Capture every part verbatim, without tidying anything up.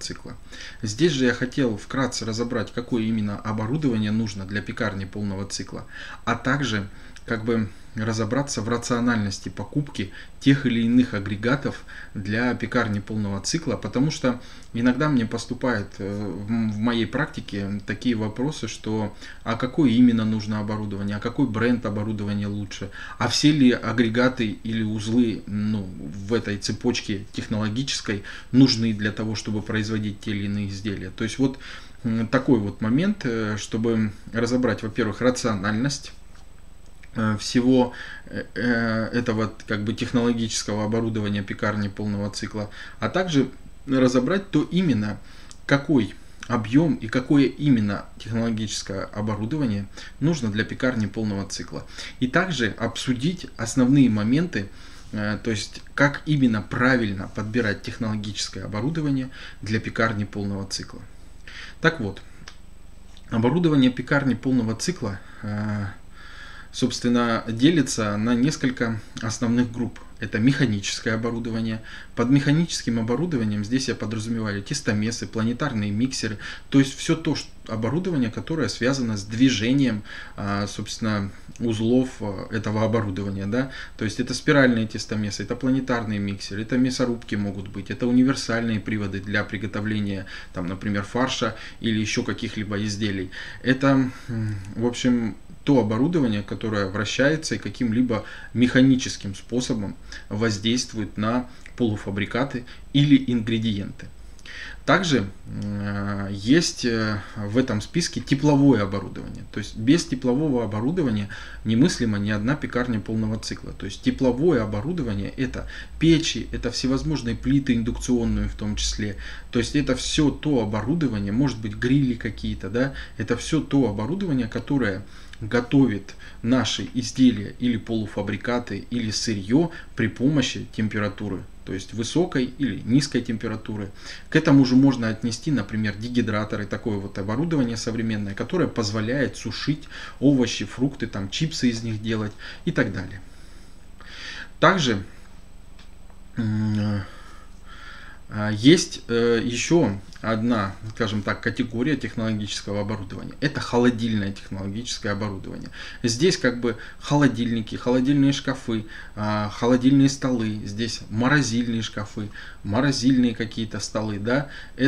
цикла. Здесь же я хотел вкратце разобрать, какое именно оборудование нужно для пекарни полного цикла, а также как бы разобраться в рациональности покупки тех или иных агрегатов для пекарни полного цикла, потому что иногда мне поступают в моей практике такие вопросы, что а какое именно нужно оборудование, а какой бренд оборудования лучше, а все ли агрегаты или узлы ну, в этой цепочке технологической нужны для того, чтобы производить те или иные изделия. То есть вот такой вот момент, чтобы разобрать, во-первых, рациональность всего этого как бы технологического оборудования пекарни полного цикла, а также разобрать то именно, какой объем и какое именно технологическое оборудование нужно для пекарни полного цикла. И также обсудить основные моменты, то есть как именно правильно подбирать технологическое оборудование для пекарни полного цикла. Так вот, оборудование пекарни полного цикла собственно, делится на несколько основных групп. Это механическое оборудование. Под механическим оборудованием здесь я подразумеваю тестомесы, планетарные миксеры. То есть все то оборудование, которое связано с движением, собственно, узлов этого оборудования. Да? То есть это спиральные тестомесы, это планетарные миксеры, это мясорубки могут быть, это универсальные приводы для приготовления, там, например, фарша или еще каких-либо изделий. Это, в общем, то оборудование, которое вращается и каким-либо механическим способом воздействует на полуфабрикаты или ингредиенты. Также э, есть э, в этом списке тепловое оборудование. То есть без теплового оборудования немыслима ни одна пекарня полного цикла. То есть тепловое оборудование — это печи, это всевозможные плиты индукционные в том числе. То есть это все то оборудование, может быть грили какие-то, да, это все то оборудование, которое готовит наши изделия или полуфабрикаты или сырье при помощи температуры, то есть высокой или низкой температуры. К этому же можно отнести, например, дегидраторы, такое вот оборудование современное, которое позволяет сушить овощи, фрукты, там, чипсы из них делать и так далее. Также есть еще одна, скажем так, категория технологического оборудования. Это холодильное технологическое оборудование. Здесь как бы холодильники, холодильные шкафы, холодильные столы, здесь морозильные шкафы, морозильные какие-то столы. Да?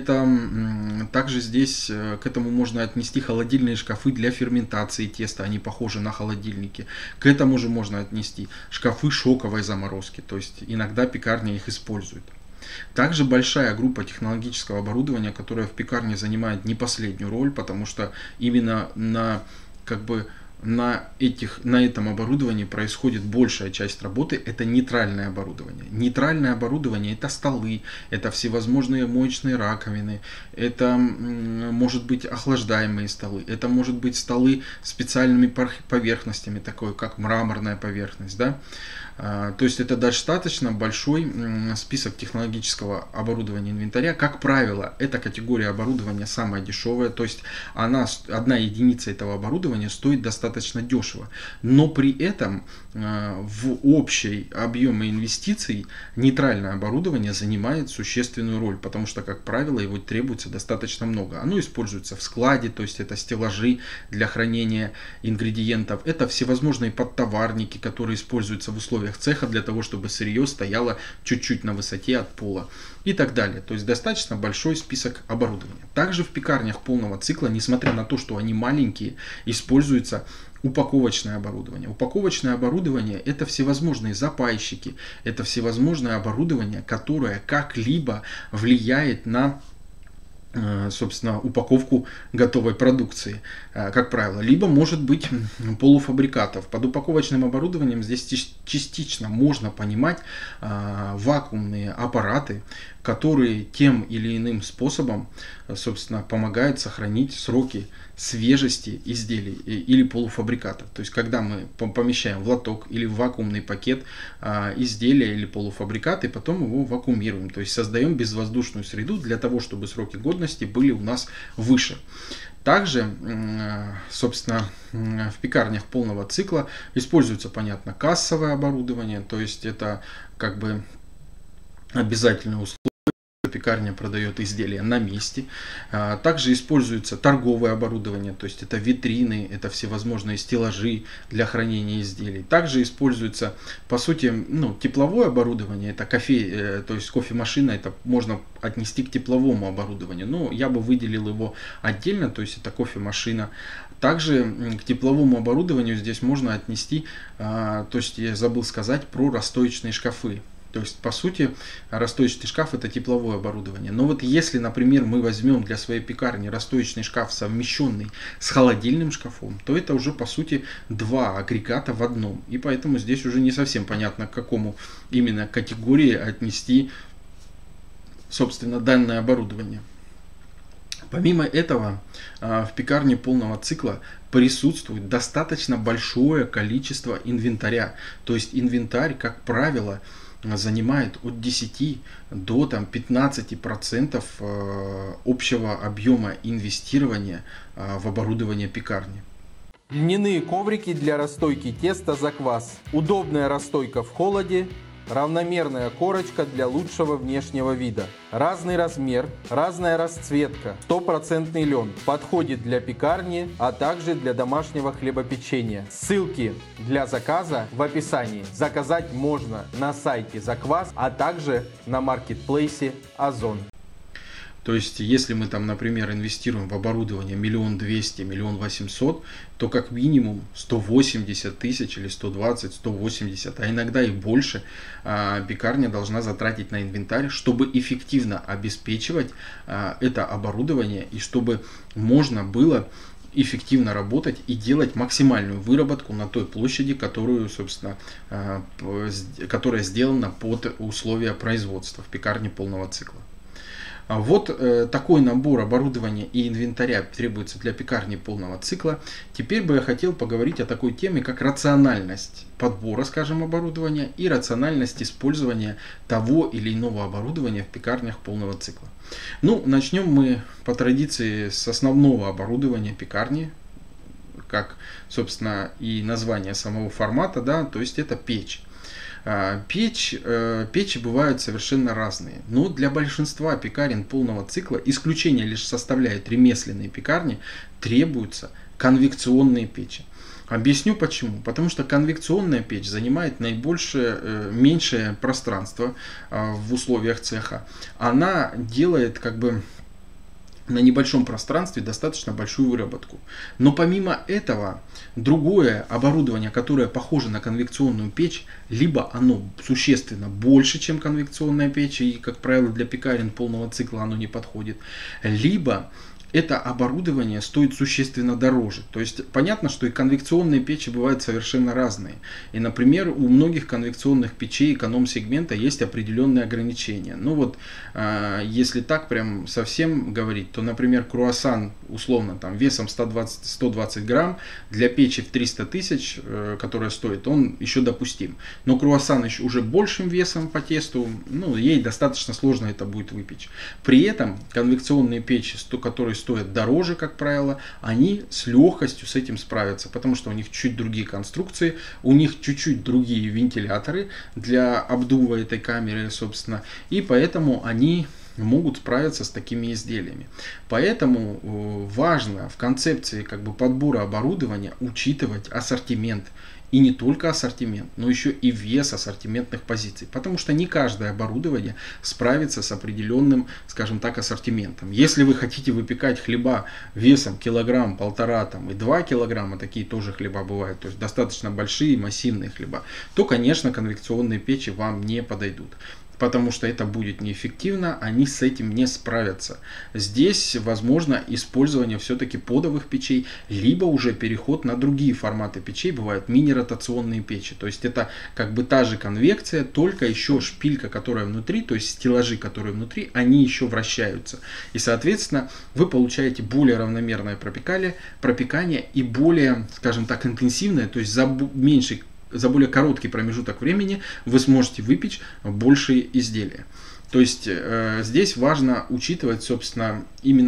Это также здесь к этому можно отнести холодильные шкафы для ферментации теста, они похожи на холодильники. К этому же можно отнести шкафы шоковой заморозки, то есть иногда пекарня их использует. Также большая группа технологического оборудования, которая в пекарне занимает не последнюю роль, потому что именно на, как бы, на, этих, на этом оборудовании происходит большая часть работы, это нейтральное оборудование. Нейтральное оборудование — это столы, это всевозможные моечные раковины, это может быть охлаждаемые столы, это может быть столы с специальными поверхностями, такое как мраморная поверхность. Да? То есть это достаточно большой список технологического оборудования инвентаря. Как правило, эта категория оборудования самая дешевая, то есть она, одна единица этого оборудования стоит достаточно дешево. Но при этом в общей объеме инвестиций нейтральное оборудование занимает существенную роль, потому что, как правило, его требуется достаточно много. Оно используется в складе, то есть это стеллажи для хранения ингредиентов, это всевозможные подтоварники, которые используются в условиях цеха для того, чтобы сырье стояло чуть-чуть на высоте от пола и так далее. То есть достаточно большой список оборудования. Также в пекарнях полного цикла, несмотря на то, что они маленькие, используется упаковочное оборудование. Упаковочное оборудование — это всевозможные запайщики, это всевозможное оборудование, которое как-либо влияет на, собственно, упаковку готовой продукции, как правило, либо может быть полуфабрикатов. Под упаковочным оборудованием здесь частично можно понимать вакуумные аппараты, которые тем или иным способом, собственно, помогают сохранить сроки свежести изделий или полуфабрикатов. То есть, когда мы помещаем в лоток или в вакуумный пакет изделия или полуфабрикаты, потом его вакуумируем. То есть, создаем безвоздушную среду для того, чтобы сроки годности были у нас выше. Также, собственно, в пекарнях полного цикла используется, понятно, кассовое оборудование. То есть, это как бы обязательное условие пекарня продает изделия на месте. Также используется торговое оборудование, то есть это витрины, это всевозможные стеллажи для хранения изделий. Также используется, по сути, ну, тепловое оборудование, это кофе, то есть кофемашина, это можно отнести к тепловому оборудованию. Но я бы выделил его отдельно, то есть это кофемашина. Также к тепловому оборудованию здесь можно отнести, то есть я забыл сказать про расстоечные шкафы. То есть, по сути, расстоечный шкаф — это тепловое оборудование. Но вот если, например, мы возьмем для своей пекарни расстоечный шкаф, совмещенный с холодильным шкафом, то это уже, по сути, два агрегата в одном. И поэтому здесь уже не совсем понятно, к какому именно категории отнести, собственно, данное оборудование. Помимо этого, в пекарне полного цикла присутствует достаточно большое количество инвентаря. То есть инвентарь, как правило, занимает от десяти до там, пятнадцати процентов общего объема инвестирования в оборудование пекарни. Льняные коврики для расстойки теста заквас. Удобная расстойка в холоде. Равномерная корочка для лучшего внешнего вида. Разный размер, разная расцветка. Стопроцентный лен. Подходит для пекарни, а также для домашнего хлебопечения. Ссылки для заказа в описании. Заказать можно на сайте Заквас, а также на маркетплейсе Озон. То есть, если мы там, например, инвестируем в оборудование миллион двести, миллион восемьсот, то как минимум сто восемьдесят тысяч или сто двадцать, сто восемьдесят, а иногда и больше пекарня должна затратить на инвентарь, чтобы эффективно обеспечивать это оборудование и чтобы можно было эффективно работать и делать максимальную выработку на той площади, которую, собственно, которая сделана под условия производства в пекарне полного цикла. Вот э, такой набор оборудования и инвентаря требуется для пекарни полного цикла. Теперь бы я хотел поговорить о такой теме, как рациональность подбора, скажем, оборудования и рациональность использования того или иного оборудования в пекарнях полного цикла. Ну, начнем мы по традиции с основного оборудования пекарни, как, собственно, и название самого формата, да, то есть это печь. Печь, печи бывают совершенно разные, но для большинства пекарен полного цикла, исключение лишь составляют ремесленные пекарни, требуются конвекционные печи. Объясню почему. Потому что конвекционная печь занимает наибольшее, меньшее пространство в условиях цеха. Она делает как бы на небольшом пространстве достаточно большую выработку. Но помимо этого, другое оборудование, которое похоже на конвекционную печь, либо оно существенно больше, чем конвекционная печь, и, как правило, для пекарен полного цикла оно не подходит, либо это оборудование стоит существенно дороже. То есть понятно, что и конвекционные печи бывают совершенно разные. И, например, у многих конвекционных печей эконом-сегмента есть определенные ограничения. Ну вот, если так прям совсем говорить, то, например, круассан условно там весом сто двадцать, сто двадцать грамм для печи в триста тысяч, которая стоит, он еще допустим. Но круассан еще уже большим весом по тесту, ну, ей достаточно сложно это будет выпечь. При этом конвекционные печи, которые стоят дороже, как правило, они с легкостью с этим справятся, потому что у них чуть другие конструкции, у них чуть-чуть другие вентиляторы для обдува этой камеры, собственно, и поэтому они могут справиться с такими изделиями. Поэтому важно в концепции как бы подбора оборудования учитывать ассортимент. И не только ассортимент, но еще и вес ассортиментных позиций. Потому что не каждое оборудование справится с определенным, скажем так, ассортиментом. Если вы хотите выпекать хлеба весом килограмм, полтора там, и два килограмма, такие тоже хлеба бывают, то есть достаточно большие массивные хлеба, то, конечно, конвекционные печи вам не подойдут. Потому что это будет неэффективно, они с этим не справятся. Здесь возможно использование все-таки подовых печей, либо уже переход на другие форматы печей, бывают мини-ротационные печи. То есть это как бы та же конвекция, только еще шпилька, которая внутри, то есть стеллажи, которые внутри, они еще вращаются. И соответственно вы получаете более равномерное пропекание, пропекание и более, скажем так, интенсивное, то есть за меньший за более короткий промежуток времени вы сможете выпечь большие изделия. То есть э, здесь важно учитывать, собственно, именно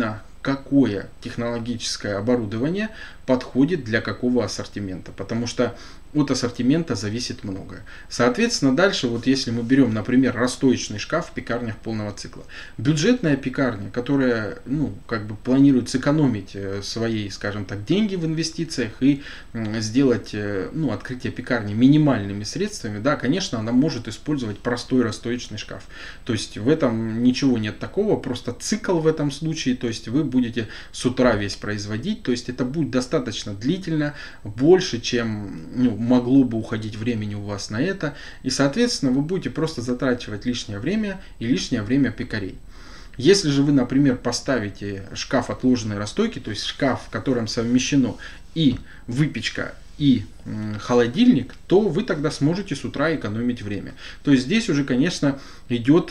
какое технологическое оборудование подходит для какого ассортимента, потому что от ассортимента зависит многое. Соответственно, дальше, вот если мы берем, например, расстоечный шкаф в пекарнях полного цикла. Бюджетная пекарня, которая, ну, как бы планирует сэкономить свои, скажем так, деньги в инвестициях и сделать, ну, открытие пекарни минимальными средствами, да, конечно, она может использовать простой расстоечный шкаф. То есть в этом ничего нет такого, просто цикл в этом случае, то есть вы будете с утра весь производить, то есть это будет достаточно длительно, больше, чем, ну, могло бы уходить времени у вас на это, и, соответственно, вы будете просто затрачивать лишнее время и лишнее время пекарей. Если же вы, например, поставите шкаф отложенной расстойки, то есть шкаф, в котором совмещено и выпечка, и холодильник, то вы тогда сможете с утра экономить время. То есть здесь уже, конечно, идет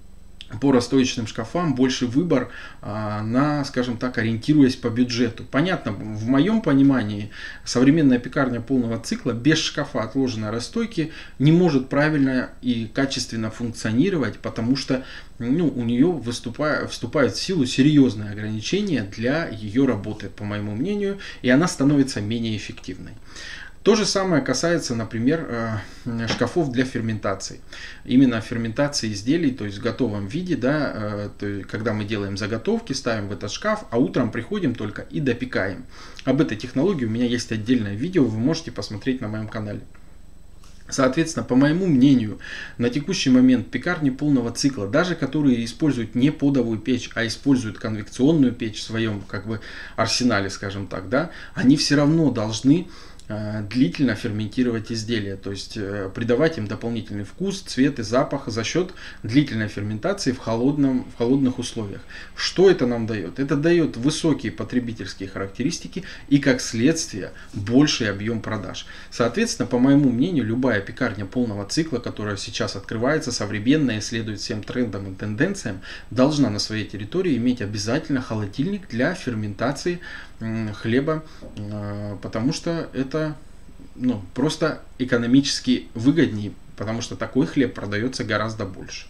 по расстоечным шкафам больше выбор а, на, скажем так, ориентируясь по бюджету. Понятно, в моем понимании современная пекарня полного цикла без шкафа отложенной расстойки не может правильно и качественно функционировать, потому что, ну, у нее выступает, вступают в силу серьезные ограничения для ее работы, по моему мнению, и она становится менее эффективной. То же самое касается, например, шкафов для ферментации. Именно ферментации изделий, то есть в готовом виде, да, то есть, когда мы делаем заготовки, ставим в этот шкаф, а утром приходим только и допекаем. Об этой технологии у меня есть отдельное видео, вы можете посмотреть на моем канале. Соответственно, по моему мнению, на текущий момент пекарни полного цикла, даже которые используют не подовую печь, а используют конвекционную печь в своем, как бы, арсенале, скажем так, да, они все равно должны длительно ферментировать изделия, то есть придавать им дополнительный вкус, цвет и запах за счет длительной ферментации в, холодном, в холодных условиях. Что это нам дает? Это дает высокие потребительские характеристики и, как следствие, больший объем продаж. Соответственно, по моему мнению, любая пекарня полного цикла, которая сейчас открывается, современная, следует всем трендам и тенденциям, должна на своей территории иметь обязательно холодильник для ферментации хлеба, потому что это, ну, просто экономически выгоднее, потому что такой хлеб продается гораздо больше.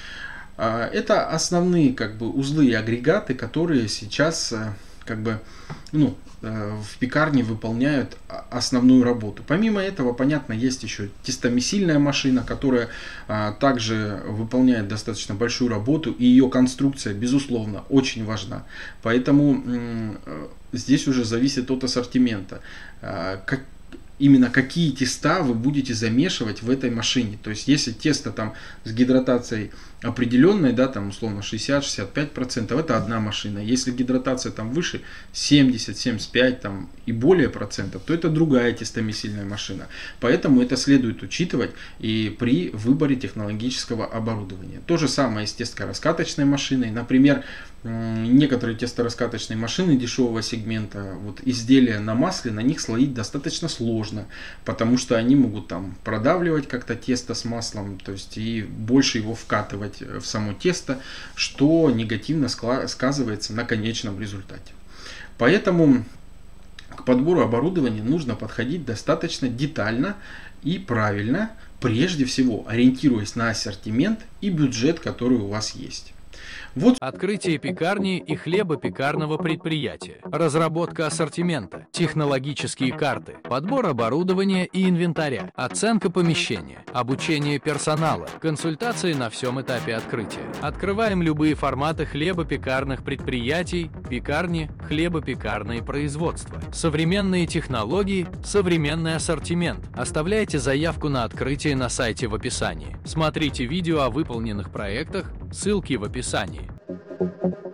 Это основные, как бы, узлы и агрегаты, которые сейчас, как бы, ну, в пекарне выполняют основную работу. Помимо этого, понятно, есть еще тестомесильная машина, которая а, также выполняет достаточно большую работу, и ее конструкция, безусловно, очень важна. Поэтому м- здесь уже зависит от ассортимента. А, как, именно какие теста вы будете замешивать в этой машине. То есть, если тесто там с гидратацией определенной, да, там условно шестьдесят — шестьдесят пять процентов, это одна машина. Если гидратация там выше семьдесят — семьдесят пять там, и более процентов, то это другая тестомесильная машина. Поэтому это следует учитывать и при выборе технологического оборудования. То же самое с тесто-раскаточной машиной. Например, некоторые тесто-раскаточные машины дешевого сегмента, вот изделия на масле, на них слоить достаточно сложно, потому что они могут там продавливать как-то тесто с маслом, то есть и больше его вкатывать в само тесто, что негативно сказывается на конечном результате. Поэтому к подбору оборудования нужно подходить достаточно детально и правильно, прежде всего ориентируясь на ассортимент и бюджет, который у вас есть. Вот открытие пекарни и хлебопекарного предприятия, разработка ассортимента, технологические карты, подбор оборудования и инвентаря, оценка помещения, обучение персонала, консультации на всем этапе открытия. Открываем любые форматы хлебопекарных предприятий, пекарни, хлебопекарные производства. Современные технологии, современный ассортимент. Оставляйте заявку на открытие на сайте в описании. Смотрите видео о выполненных проектах, ссылки в описании.